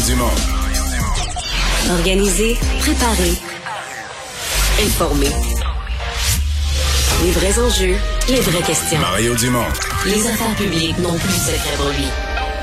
Dumont. Organisé, préparé, informé. Les vrais enjeux, les vraies questions. Mario Dumont. Les affaires publiques n'ont plus de secret pour lui.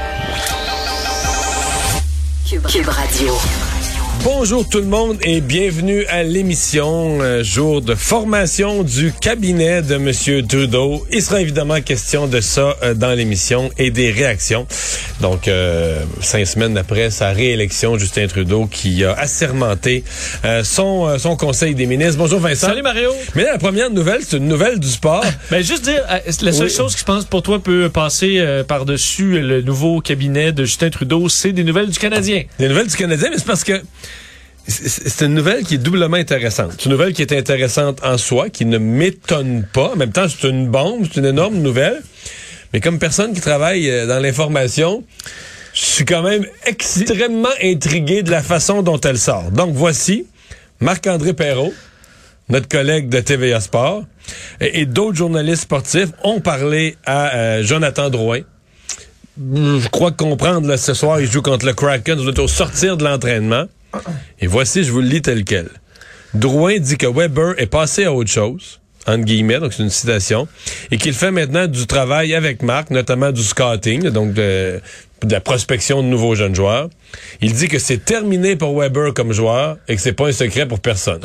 Cube Radio. Bonjour tout le monde et bienvenue à l'émission jour de formation du cabinet de M. Trudeau. Il sera évidemment question de ça dans l'émission et des réactions. Donc, 5 semaines après sa réélection, Justin Trudeau qui a assermenté son conseil des ministres. Bonjour Vincent. Salut Mario. Mais là, la première nouvelle, c'est une nouvelle du sport. Juste dire, la seule chose que je pense pour toi peut passer par-dessus le nouveau cabinet de Justin Trudeau, c'est des nouvelles du Canadien. Des nouvelles du Canadien, mais c'est parce que c'est une nouvelle qui est doublement intéressante. C'est une nouvelle qui est intéressante en soi, qui ne m'étonne pas. En même temps, c'est une bombe, c'est une énorme nouvelle. Mais comme personne qui travaille dans l'information, je suis quand même extrêmement intrigué de la façon dont elle sort. Donc voici Marc-André Perrault, notre collègue de TVA Sport, et d'autres journalistes sportifs ont parlé à Jonathan Drouin. Je crois comprendre, là, ce soir, il joue contre le Kraken, il doit sortir de l'entraînement. Et voici, je vous le lis tel quel. Drouin dit que Weber est passé à autre chose, entre guillemets, donc c'est une citation, et qu'il fait maintenant du travail avec Marc, notamment du scouting, donc de la prospection de nouveaux jeunes joueurs. Il dit que c'est terminé pour Weber comme joueur et que c'est pas un secret pour personne.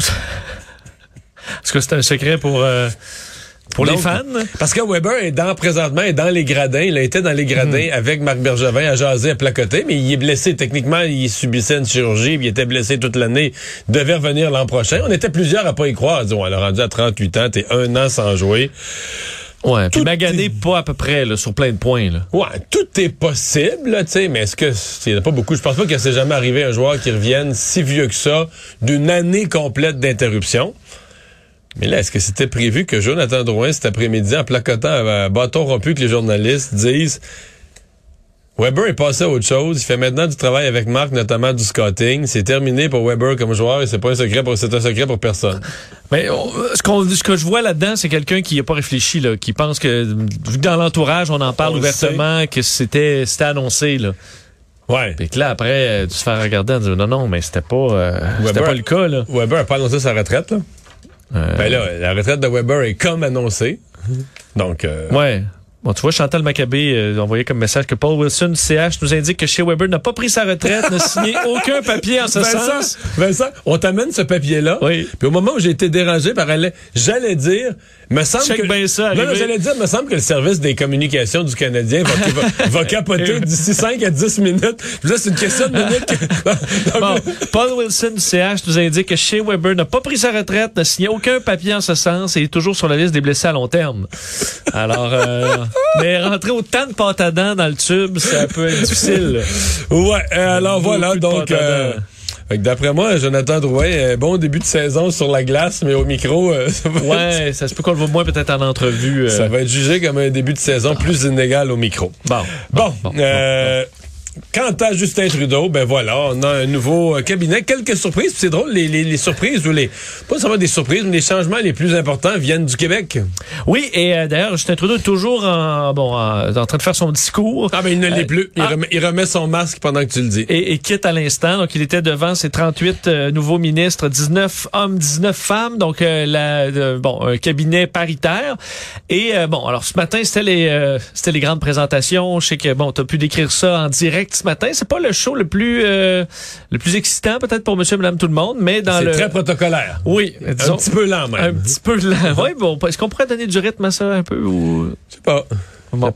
Est-ce que c'est un secret pour donc, les fans? Parce que Weber présentement est dans les gradins. Il a été dans les gradins avec Marc Bergevin à jaser, à placoter, mais il est blessé. Techniquement, il subissait une chirurgie, puis il était blessé toute l'année. Il devait revenir l'an prochain. On était plusieurs à pas y croire. Disons, elle a rendu à 38 ans, t'es 1 an sans jouer. Ouais, puis magané pas à peu près là, sur plein de points. Là. Ouais, tout est possible, tu sais, mais est-ce que il y en a pas beaucoup? Je pense pas que c'est jamais arrivé un joueur qui revienne si vieux que ça d'une année complète d'interruption. Mais là, est-ce que c'était prévu que Jonathan Drouin, cet après-midi, en placotant à bâton rompu, que les journalistes disent Weber est passé à autre chose, il fait maintenant du travail avec Marc, notamment du scouting, c'est terminé pour Weber comme joueur et c'est un secret pour personne. Mais ce que je vois là-dedans, c'est quelqu'un qui n'a pas réfléchi, là, qui pense que vu que dans l'entourage, on en parle ouvertement, que c'était annoncé, là. Ouais. Puis que là, après, tu te fais regarder en disant non, mais c'était pas le cas, là. Weber a pas annoncé sa retraite, là. Ben là, la retraite de Weber est comme annoncée. Donc, ouais. Bon, tu vois, Chantal Maccabé envoyé comme message que Paul Wilson, CH, nous indique que chez Weber n'a pas pris sa retraite, n'a signé aucun papier en ce sens. Vincent, on t'amène ce papier-là. Oui. Puis au moment où j'ai été dérangé par elle, j'allais dire, me semble me semble que le service des communications du Canadien va capoter d'ici 5 à 10 minutes. Puis là, c'est une question de minutes. Bon, Paul Wilson, CH, nous indique que chez Weber n'a pas pris sa retraite, n'a signé aucun papier en ce sens et est toujours sur la liste des blessés à long terme. Alors, mais rentrer autant de pâte à dents dans le tube, c'est un peu difficile. Ouais, alors voilà, donc d'après moi, Jonathan Drouin, bon début de saison sur la glace, mais au micro, ça se peut qu'on le voit moins peut-être en entrevue. Ça va être jugé comme un début de saison plus inégal au micro. Bon. Quant à Justin Trudeau, ben voilà, on a un nouveau cabinet. Quelques surprises, c'est drôle, les surprises ou pas seulement des surprises, mais les changements les plus importants viennent du Québec. Oui, et d'ailleurs, Justin Trudeau est toujours en train de faire son discours. Ah ben il ne l'est plus. Il remet son masque pendant que tu le dis. Et quitte à l'instant, donc il était devant ses 38 nouveaux ministres, 19 hommes, 19 femmes, donc un cabinet paritaire. Et alors ce matin, c'était les grandes présentations. Je sais que t'as pu décrire ça en direct ce matin. C'est pas le show le plus excitant peut-être pour monsieur et madame tout le monde, mais c'est très protocolaire. Oui. Disons, un petit peu lent même. Un petit peu lent. Oui, bon, est-ce qu'on pourrait donner du rythme à ça un peu ou... Je sais pas. Bon.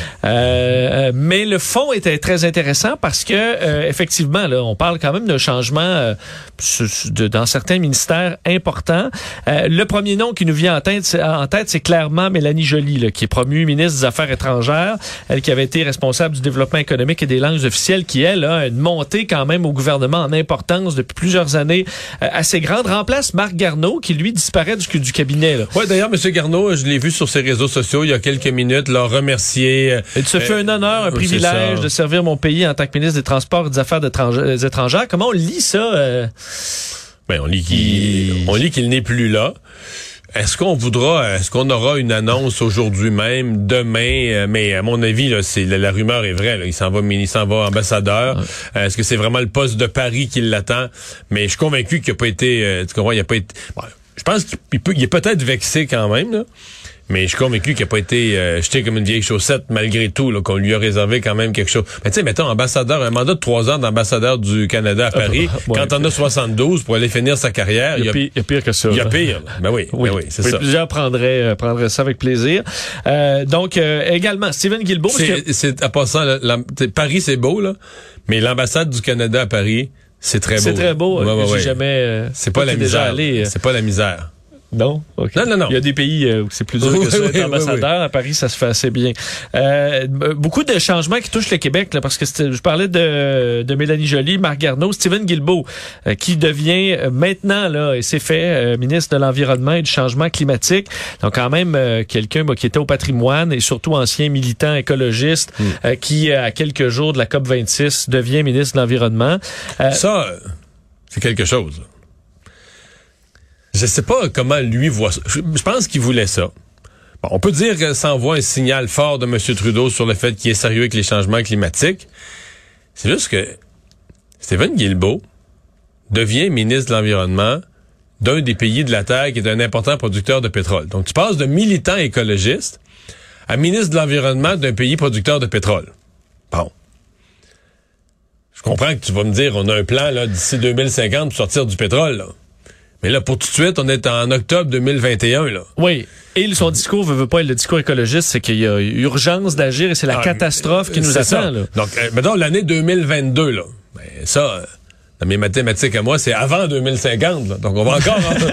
Mais le fond était très intéressant parce que effectivement, là, on parle quand même d'un changement dans certains ministères importants. Le premier nom qui nous vient en tête, c'est clairement Mélanie Joly, là, qui est promue ministre des Affaires étrangères. Elle qui avait été responsable du développement économique et des langues officielles, qui elle a une montée quand même au gouvernement en importance depuis plusieurs années assez grande. Remplace Marc Garneau qui lui disparaît du cabinet. Oui, d'ailleurs, M. Garneau, je l'ai vu sur ses réseaux sociaux il y a quelques minutes, là, remercier. Il se fait un honneur, un privilège de servir mon pays en tant que ministre des Transports et des Affaires étrangères. Comment on lit ça? On lit qu'il n'est plus là. est-ce qu'on aura une annonce aujourd'hui même, demain, mais à mon avis, là, la rumeur est vraie, là. Il s'en va ambassadeur. Ouais. Est-ce que c'est vraiment le poste de Paris qui l'attend? Mais je suis convaincu qu'il n'a pas été, tu comprends, il n'a pas été, bon, je pense qu'il est peut-être vexé quand même, là. Mais je suis convaincu qu'il n'a pas été jeté comme une vieille chaussette malgré tout, là, qu'on lui a réservé quand même quelque chose. Mais tu sais, mettons, ambassadeur, un mandat de 3 ans d'ambassadeur du Canada à Paris, quand t'en as 72 pour aller finir sa carrière. Il y a pire que ça. Il y a pire. Ben oui, c'est ça. Plusieurs prendraient ça avec plaisir. Donc, également, Stephen Guilbeault. C'est, à passant, Paris, c'est beau, là, mais l'ambassade du Canada à Paris, c'est très beau. C'est très beau. J'ai jamais... c'est pas la misère. C'est pas la misère. Non? Okay. Non. Il y a des pays où c'est plus dur que ça être ambassadeur. Oui. À Paris, ça se fait assez bien. Beaucoup de changements qui touchent le Québec, là, parce que je parlais de Mélanie Joly, Marc Garneau, Stephen Guilbeault, qui devient maintenant, là, et c'est fait, ministre de l'Environnement et du Changement climatique. Donc, quand même, quelqu'un qui était au patrimoine et surtout ancien militant écologiste, qui, à quelques jours de la COP26, devient ministre de l'Environnement. Ça, c'est quelque chose. Je sais pas comment lui voit ça. Je pense qu'il voulait ça. Bon, on peut dire que ça envoie un signal fort de M. Trudeau sur le fait qu'il est sérieux avec les changements climatiques. C'est juste que Stephen Guilbeault devient ministre de l'Environnement d'un des pays de la Terre qui est un important producteur de pétrole. Donc, tu passes de militant écologiste à ministre de l'Environnement d'un pays producteur de pétrole. Bon. Je comprends que tu vas me dire, on a un plan là d'ici 2050 pour sortir du pétrole, là. Mais là, pour tout de suite, on est en octobre 2021, là. Oui. Et son discours veut pas être le discours écologiste, c'est qu'il y a urgence d'agir et c'est la catastrophe qui nous attend, là. Donc, mettons, l'année 2022, là. Ben, ça, dans mes mathématiques à moi, c'est avant 2050, là. Donc, on va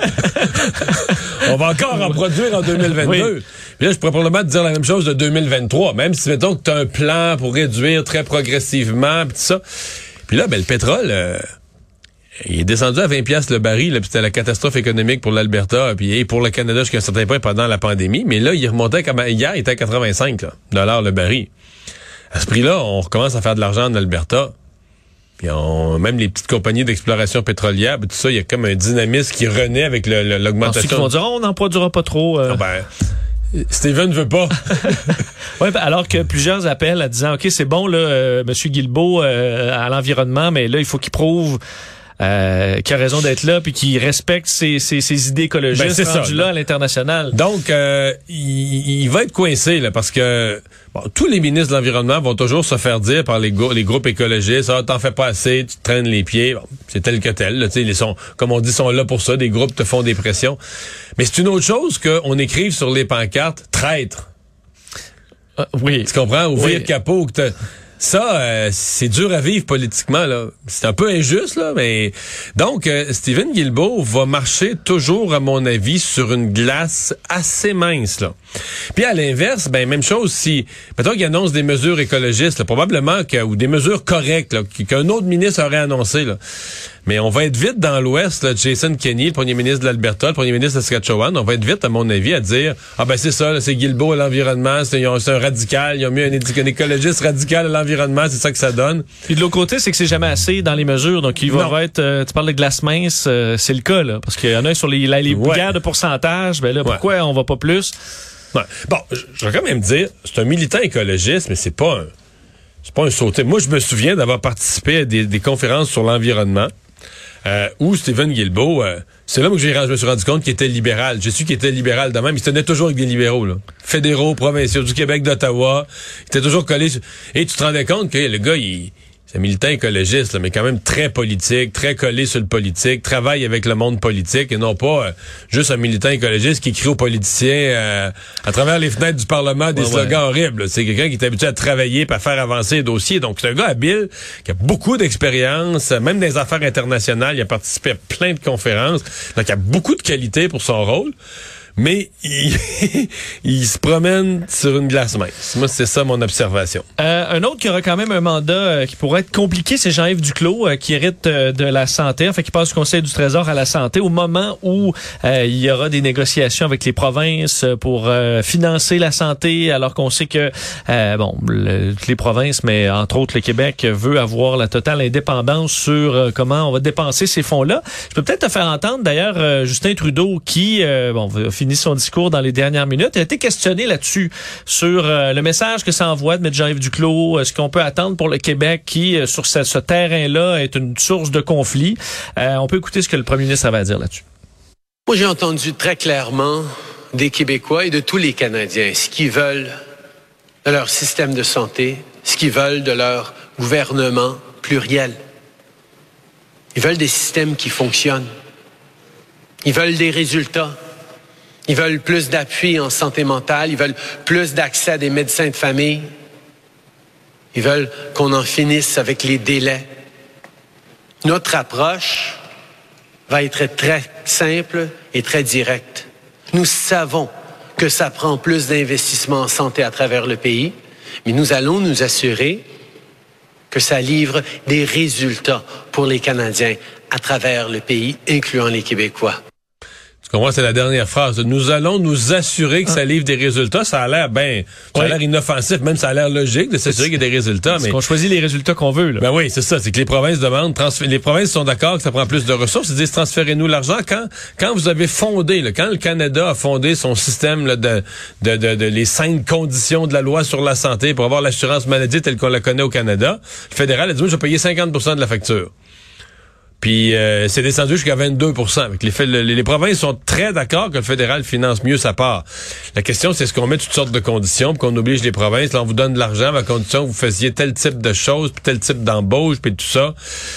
encore en produire en 2022. Oui. Puis là, je pourrais probablement te dire la même chose de 2023, même si, mettons, que tu as un plan pour réduire très progressivement, pis tout ça. Puis là, ben, le pétrole, il est descendu à 20 piastres le baril, là, puis c'était la catastrophe économique pour l'Alberta et pour le Canada jusqu'à un certain point pendant la pandémie. Mais là, il remontait hier, il était à 85 $ le baril. À ce prix-là, on recommence à faire de l'argent en Alberta. Puis même les petites compagnies d'exploration pétrolière, tout ça, il y a comme un dynamisme qui renaît avec l'augmentation. Ensuite, ils vont dire, on n'en produira pas trop. Steven ne veut pas. Oui, alors que plusieurs appellent à disant, OK, c'est bon, là, M. Guilbeault à l'environnement, mais là, il faut qu'il prouve qui a raison d'être là puis qui respecte ses idées écologistes rendues là à l'international. Donc il va être coincé là parce que tous les ministres de l'environnement vont toujours se faire dire par les groupes écologistes, t'en fais pas assez, tu te traînes les pieds. Bon, c'est tel que tel, là, ils sont, comme on dit, sont là pour ça, des groupes te font des pressions. Mais c'est une autre chose qu'on écrive sur les pancartes traître. Oui. Tu comprends? Ouvrir capot que ça, c'est dur à vivre politiquement, là. C'est un peu injuste, là, mais... Donc, Stephen Guilbeault va marcher toujours, à mon avis, sur une glace assez mince, là. Puis à l'inverse, ben même chose si... Mettons qu'il annonce des mesures écologistes, là, probablement ou des mesures correctes, là, qu'un autre ministre aurait annoncé, là. Mais on va être vite dans l'Ouest, là, Jason Kenney, le premier ministre de l'Alberta, le premier ministre de Saskatchewan, on va être vite, à mon avis, à dire c'est ça, là, c'est Guilbeault à l'environnement, c'est un radical, ils ont mis un écologiste radical à l'environnement, c'est ça que ça donne. Puis de l'autre côté, c'est que c'est jamais assez dans les mesures, donc il va être, tu parles de glace mince, c'est le cas, là, parce qu'il y en a sur les guerres de pourcentage, ben là, pourquoi on va pas plus? Ouais. Bon, je vais quand même dire, c'est un militant écologiste, mais c'est pas un sauté. Moi, je me souviens d'avoir participé à des conférences sur l'environnement, où Stephen Guilbeault, c'est là où je me suis rendu compte qu'il était libéral. J'ai su qu'il était libéral de même. Il se tenait toujours avec des libéraux, là. Fédéraux, provinciaux, du Québec, d'Ottawa. Il était toujours collé et tu te rendais compte que le gars, c'est un militant écologiste, là, mais quand même très politique, très collé sur le politique, travaille avec le monde politique et non pas juste un militant écologiste qui crie aux politiciens à travers les fenêtres du Parlement des slogans horribles. Là. C'est quelqu'un qui est habitué à travailler et à faire avancer les dossiers. Donc, c'est un gars habile qui a beaucoup d'expérience, même dans les affaires internationales. Il a participé à plein de conférences. Donc, il a beaucoup de qualités pour son rôle. Mais il se promène sur une glace mince. Moi, c'est ça mon observation. Un autre qui aura quand même un mandat qui pourrait être compliqué, c'est Jean-Yves Duclos, qui hérite de la santé, qui passe du Conseil du Trésor à la santé au moment où il y aura des négociations avec les provinces pour financer la santé, alors qu'on sait que les provinces, mais entre autres le Québec, veut avoir la totale indépendance sur comment on va dépenser ces fonds-là. Je peux peut-être te faire entendre d'ailleurs Justin Trudeau qui va financer fini son discours dans les dernières minutes. Il a été questionné là-dessus, sur le message que ça envoie de mettre Jean-Yves Duclos, ce qu'on peut attendre pour le Québec qui, sur ce terrain-là, est une source de conflit. On peut écouter ce que le premier ministre avait à dire là-dessus. Moi, j'ai entendu très clairement des Québécois et de tous les Canadiens ce qu'ils veulent de leur système de santé, ce qu'ils veulent de leur gouvernement pluriel. Ils veulent des systèmes qui fonctionnent. Ils veulent des résultats. Ils veulent plus d'appui en santé mentale. Ils veulent plus d'accès à des médecins de famille. Ils veulent qu'on en finisse avec les délais. Notre approche va être très simple et très directe. Nous savons que ça prend plus d'investissements en santé à travers le pays, mais nous allons nous assurer que ça livre des résultats pour les Canadiens à travers le pays, incluant les Québécois. Tu comprends, c'est la dernière phrase. Nous allons nous assurer que ça livre des résultats. Ça a l'air ça a l'air inoffensif, même ça a l'air logique de s'assurer qu'il y a des résultats. Mais qu'on choisit les résultats qu'on veut, là. Ben oui, c'est ça. C'est que les provinces demandent, les provinces sont d'accord que ça prend plus de ressources. Ils disent transférez-nous l'argent. Quand vous avez fondé, là, quand le Canada a fondé son système là, de les 5 conditions de la loi sur la santé pour avoir l'assurance maladie telle qu'on la connaît au Canada, le fédéral a dit moi, je vais payer 50% de la facture. Puis c'est descendu jusqu'à 22%. Avec les provinces sont très d'accord que le fédéral finance mieux sa part. La question, c'est est-ce qu'on met toutes sortes de conditions puis qu'on oblige les provinces, là, on vous donne de l'argent à condition que vous fassiez tel type de choses, puis tel type d'embauche, puis tout ça.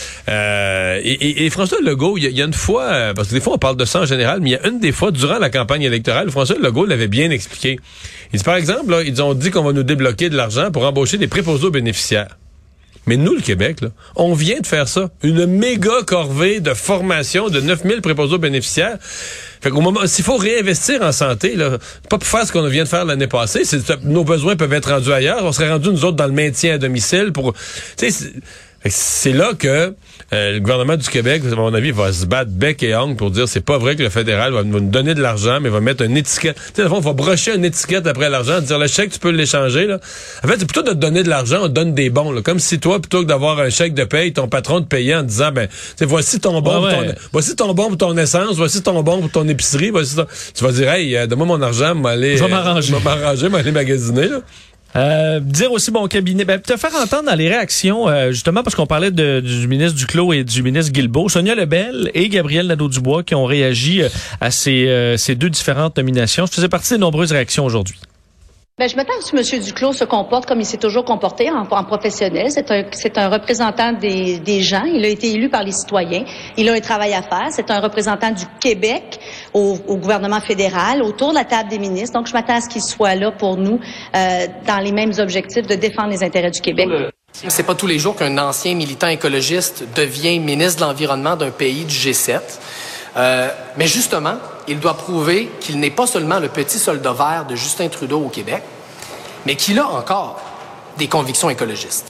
Et François Legault, il y a une fois, parce que des fois on parle de ça en général, mais il y a une des fois, durant la campagne électorale, François Legault l'avait bien expliqué. Il dit, par exemple, là, ils ont dit qu'on va nous débloquer de l'argent pour embaucher des préposés aux bénéficiaires. Mais nous, le Québec, là, on vient de faire ça. Une méga corvée de formation de 9000 préposés aux bénéficiaires. Fait qu'au moment, s'il faut réinvestir en santé, là, pas pour faire ce qu'on vient de faire l'année passée, nos besoins peuvent être rendus ailleurs. On serait rendus, nous autres, dans le maintien à domicile pour, tu sais, c'est là que le gouvernement du Québec, à mon avis, va se battre bec et ongle pour dire c'est pas vrai que le fédéral va nous donner de l'argent, mais va mettre une étiquette. Tu sais, au fond, on va brocher une étiquette après l'argent, dire le chèque, tu peux l'échanger, là. En fait, c'est plutôt de te donner de l'argent, on te donne des bons, là. Comme si toi, plutôt que d'avoir un chèque de paye, ton patron te payait en disant, voici ton bon, voici ton bon pour ton essence, voici ton bon pour ton épicerie, tu vas dire, hey, donne-moi mon argent, je vais m'aller magasiner, là. Dire aussi bon cabinet, te faire entendre dans les réactions, justement parce qu'on parlait du ministre Duclos et du ministre Guilbeault, Sonia Lebel et Gabriel Nadeau-Dubois qui ont réagi à ces deux différentes nominations. Je faisais partie des nombreuses réactions aujourd'hui. Je m'attends à ce que M. Duclos se comporte comme il s'est toujours comporté en professionnel. C'est un représentant des gens. Il a été élu par les citoyens. Il a un travail à faire. C'est un représentant du Québec au gouvernement fédéral, autour de la table des ministres. Donc, je m'attends à ce qu'il soit là pour nous dans les mêmes objectifs de défendre les intérêts du Québec. C'est pas tous les jours qu'un ancien militant écologiste devient ministre de l'Environnement d'un pays du G7. Mais justement, il doit prouver qu'il n'est pas seulement le petit soldat vert de Justin Trudeau au Québec, mais qu'il a encore des convictions écologistes.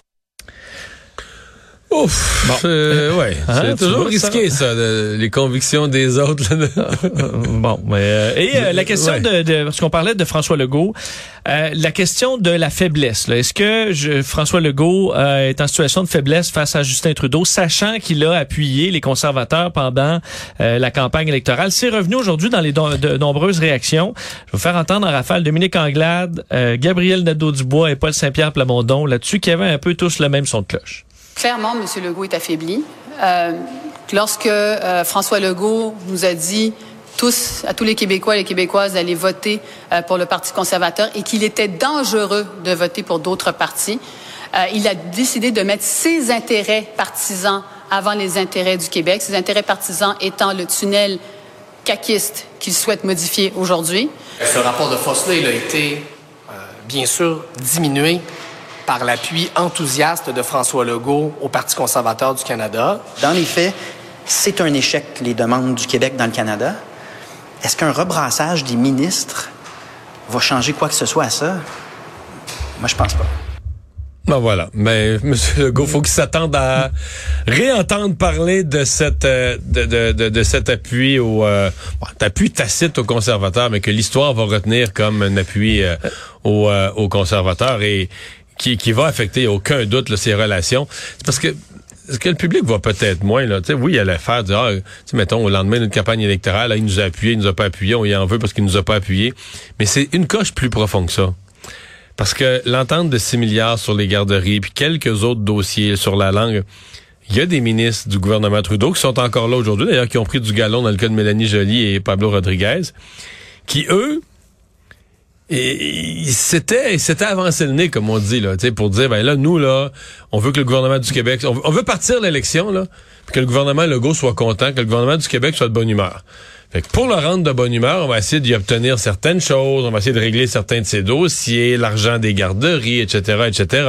Ouf, bon. C'est toujours risqué ça, les convictions des autres. La question parce qu'on parlait de François Legault, la question de la faiblesse. Là. Est-ce que François Legault est en situation de faiblesse face à Justin Trudeau, sachant qu'il a appuyé les conservateurs pendant la campagne électorale? C'est revenu aujourd'hui dans les de nombreuses réactions. Je vais vous faire entendre en rafale Dominique Anglade, Gabriel Nadeau-Dubois et Paul Saint-Pierre Plamondon là-dessus, qui avaient un peu tous le même son de cloche. Clairement, M. Legault est affaibli. Lorsque François Legault nous a dit à tous les Québécois et les Québécoises d'aller voter pour le Parti conservateur et qu'il était dangereux de voter pour d'autres partis, il a décidé de mettre ses intérêts partisans avant les intérêts du Québec, ses intérêts partisans étant le tunnel caquiste qu'il souhaite modifier aujourd'hui. Ce rapport de force-là, il a été, bien sûr, diminué par l'appui enthousiaste de François Legault au Parti conservateur du Canada. Dans les faits, c'est un échec, les demandes du Québec dans le Canada. Est-ce qu'un rebrassage des ministres va changer quoi que ce soit à ça? Moi, je pense pas. Ben voilà. Mais M. Legault, faut qu'il s'attende à réentendre parler de cet appui appui tacite aux conservateurs, mais que l'histoire va retenir comme un appui aux conservateurs et qui va affecter, aucun doute, là, ces relations. C'est parce que ce que le public voit peut-être moins, là, tu sais, oui, il allait faire dire, mettons, au lendemain d'une campagne électorale, là, il nous a appuyé, il nous a pas appuyé, on y en veut parce qu'il nous a pas appuyé. Mais c'est une coche plus profond que ça. Parce que l'entente de 6 milliards sur les garderies, puis quelques autres dossiers sur la langue, il y a des ministres du gouvernement Trudeau qui sont encore là aujourd'hui, d'ailleurs, qui ont pris du galon dans le cas de Mélanie Joly et Pablo Rodriguez, qui, eux, c'était avancé le nez, comme on dit, là, pour dire, ben là, nous, là, on veut que le gouvernement du Québec, on veut partir l'élection, là, puis que le gouvernement Legault soit content, que le gouvernement du Québec soit de bonne humeur. Fait que pour le rendre de bonne humeur, on va essayer d'y obtenir certaines choses, on va essayer de régler certains de ses dossiers, l'argent des garderies, etc., etc.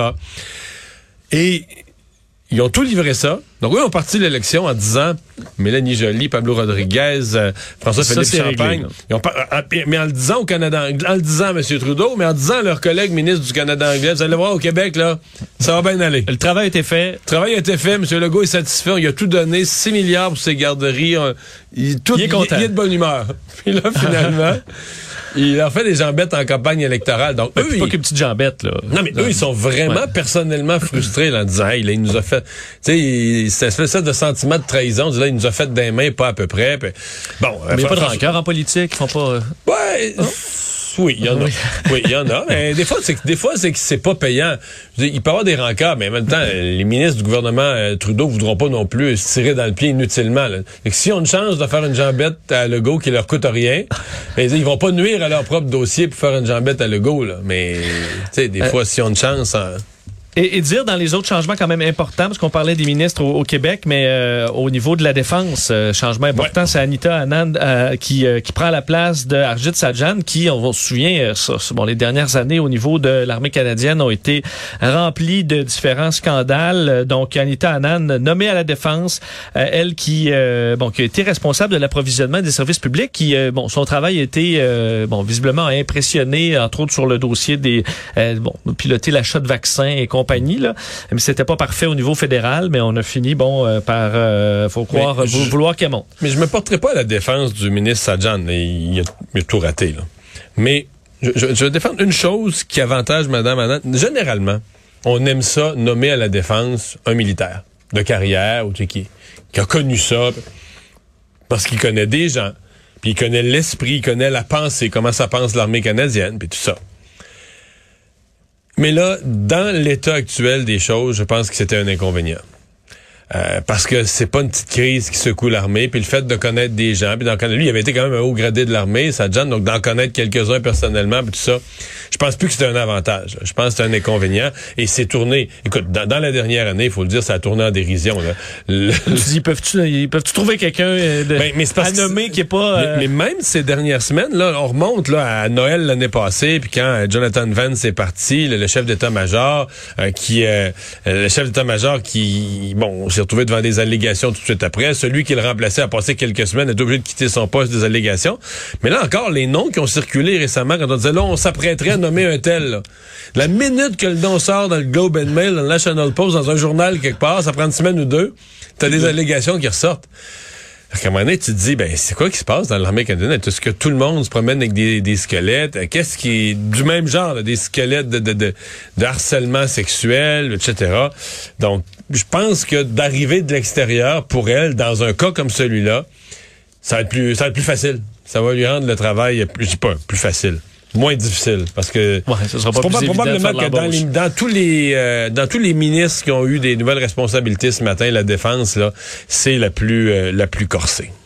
Et ils ont tout livré ça. Donc, eux ont parti l'élection en disant Mélanie Joly, Pablo Rodriguez, François-Philippe Champagne. Mais en le disant au Canada, en le disant à M. Trudeau, mais en disant à leurs collègues ministres du Canada anglais, vous allez voir au Québec, là, ça va bien aller. Le travail a été fait. Le travail a été fait. M. Legault est satisfait. On lui a tout donné, 6 milliards pour ses garderies. Il est content. Il est de bonne humeur. Puis là, finalement... Il leur fait des jambettes en campagne électorale. Donc, eux, pas qu'une petite jambette, là. Non, mais eux, ils sont vraiment personnellement frustrés, là, en disant, hey, là, il nous a fait, tu sais, c'est une espèce de sentiment de trahison. Là, il nous a fait des mains, pas à peu près. Puis, bon. Mais il n'y a pas de rancœur en politique. Ils font pas. Ouais. Oui, il y en a. Oui, il y en a. Mais des fois, c'est que c'est pas payant. Je veux dire, il peut y avoir des rancœurs, mais en même temps, les ministres du gouvernement Trudeau voudront pas non plus se tirer dans le pied inutilement, là. Et que s'ils ont une chance de faire une jambette à Legault qui leur coûte rien, mais ils vont pas nuire à leur propre dossier pour faire une jambette à Legault, là. Mais, tu sais, des fois, s'ils ont une chance, Et dire dans les autres changements quand même importants, parce qu'on parlait des ministres au Québec, mais au niveau de la défense, changement important, c'est Anita Anand qui prend la place de Harjit Sajjan, qui, on se souvient, les dernières années au niveau de l'armée canadienne ont été remplies de différents scandales. Donc Anita Anand, nommée à la défense, elle qui a été responsable de l'approvisionnement des services publics, qui, son travail a été, visiblement impressionné, entre autres sur le dossier des, piloter l'achat de vaccins et compagnie, là. Mais c'était pas parfait au niveau fédéral, mais on a fini, par, faut croire, vouloir qu'elle monte. Mais je me porterai pas à la défense du ministre Sajjan. Il a tout raté, là. Mais je vais défendre une chose qui avantage Mme Anand. Généralement, on aime ça, nommer à la défense un militaire de carrière, ou qui a connu ça, parce qu'il connaît des gens, puis il connaît l'esprit, il connaît la pensée, comment ça pense l'armée canadienne, puis tout ça. Mais là, dans l'état actuel des choses, je pense que c'était un inconvénient. Parce que c'est pas une petite crise qui secoue l'armée, puis le fait de connaître des gens, puis lui, il avait été quand même un haut gradé de l'armée, Sajjan, donc d'en connaître quelques-uns personnellement, puis tout ça, je pense plus que c'est un avantage. Là. Je pense que c'est un inconvénient, et c'est tourné. Écoute, dans la dernière année, il faut le dire, ça a tourné en dérision. Là. Ils peuvent-tu trouver quelqu'un à nommer qui est pas... Mais même ces dernières semaines, là, on remonte là à Noël l'année passée, puis quand Jonathan Vance est parti, le chef d'état-major, le chef d'état-major qui, s'est retrouvé devant des allégations tout de suite après. Celui qui le remplaçait a passé quelques semaines, est obligé de quitter son poste des allégations. Mais là encore, les noms qui ont circulé récemment, quand on disait là, on s'apprêterait à nommer un tel. Là. La minute que le nom sort dans le Globe and Mail, dans le National Post, dans un journal quelque part, ça prend une semaine ou deux, t'as des allégations qui ressortent. À un moment donné, tu te dis, c'est quoi qui se passe dans l'armée canadienne? Est-ce que tout le monde se promène avec des squelettes? Qu'est-ce qui est du même genre, là, des squelettes de harcèlement sexuel, etc. Donc, je pense que d'arriver de l'extérieur, pour elle, dans un cas comme celui-là, ça va être plus facile. Ça va lui rendre le travail, je dis pas plus facile, moins difficile, parce que ça sera pas probablement que dans tous les ministres qui ont eu des nouvelles responsabilités ce matin, la défense là, c'est la plus corsée.